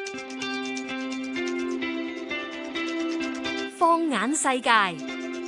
放眼世界。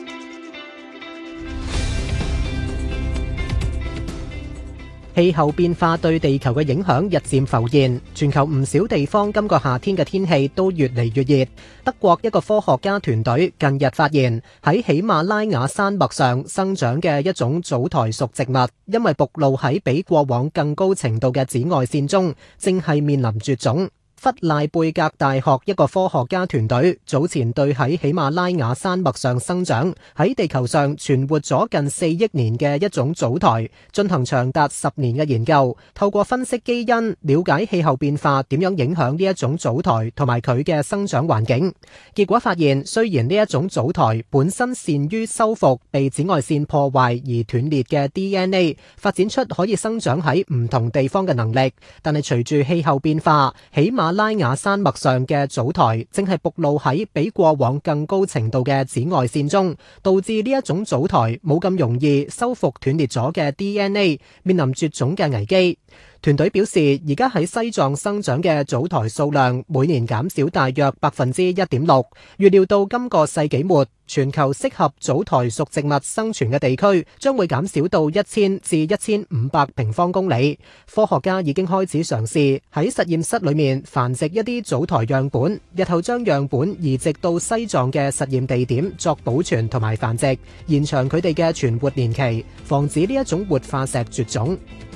氣候變化對地球嘅影響日漸浮現，全球唔少地方今個夏天嘅天氣都越嚟越熱。德國一個科學家團隊近日發現，喺喜馬拉雅山脈上生長嘅一種藻苔屬植物，因為暴露喺比過往更高程度嘅紫外線中，正係面臨絕種。弗賴貝格大學一個科學家團隊早前對喺喜馬拉雅山脈上生長、喺地球上存活咗近4億年嘅一種藻苔進行長達10年嘅研究，透過分析基因，了解氣候變化點樣影響呢一種藻苔同埋佢嘅生長環境。結果發現，雖然呢一種藻苔本身善於修復被紫外線破壞而斷裂嘅 DNA， 發展出可以生長喺唔同地方嘅能力，但係隨住氣候變化，喜馬拉雅山脈上嘅藻苔正係暴露喺比過往更高程度嘅紫外線中，導致呢一種藻苔冇咁容易修復斷裂咗嘅 DNA， 面臨絕種嘅危機。團隊表示，而家喺西藏生長嘅藻苔數量每年減少大約1.6%，預料到今個世紀末，全球適合藻苔屬植物生存嘅地區將會減少到1000至1500平方公里。科學家已經開始嘗試喺實驗室裏面繁殖一啲藻苔樣本，日後將樣本移植到西藏嘅實驗地點作保存同埋繁殖，延長佢哋嘅存活年期，防止呢一種活化石絕種。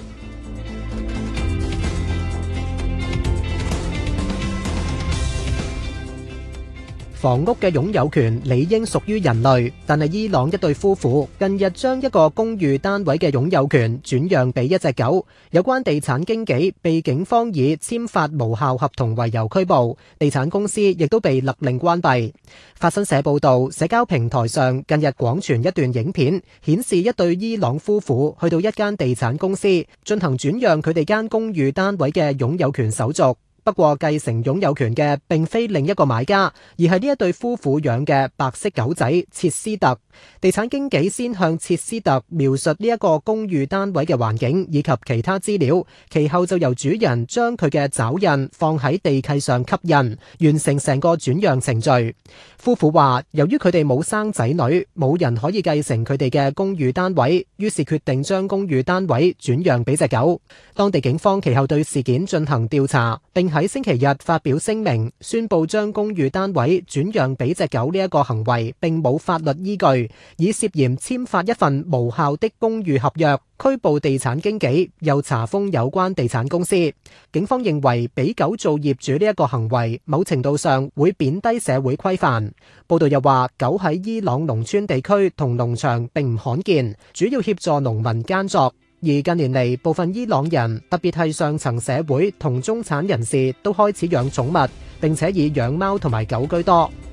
房屋嘅擁有權理應屬於人類，但係伊朗一對夫婦近日將一個公寓單位嘅擁有權轉讓俾一隻狗，有關地產經紀被警方以簽發無效合同為由拘捕，地產公司亦都被勒令關閉。法新社報道，社交平台上近日廣傳一段影片，顯示一對伊朗夫婦去到一間地產公司進行轉讓佢哋間公寓單位嘅擁有權手續。不過繼承擁有權嘅並非另一個買家，而係呢一對夫婦養嘅白色狗仔切斯特。地產經紀先向切斯特描述呢一個公寓單位嘅環境以及其他資料，其後就由主人將佢嘅爪印放喺地契上吸印，完成成個轉讓程序。夫婦話，由於佢哋冇生仔女，冇人可以繼承佢哋嘅公寓單位，於是決定將公寓單位轉讓俾隻狗。當地警方其後對事件進行調查，並喺星期日發表聲明，宣布將公寓單位轉讓俾隻狗呢一個行為並冇法律依據，以涉嫌簽發一份無效的公寓合約，拘捕地產經紀，又查封有關地產公司。警方認為俾狗做業主呢一個行為，某程度上會貶低社會規範。報道又話，狗喺伊朗農村地區同農場並唔罕見，主要協助農民耕作。而近年嚟，部分伊朗人，特別係上層社會同中產人士，都開始養寵物，並且以養貓同埋狗居多。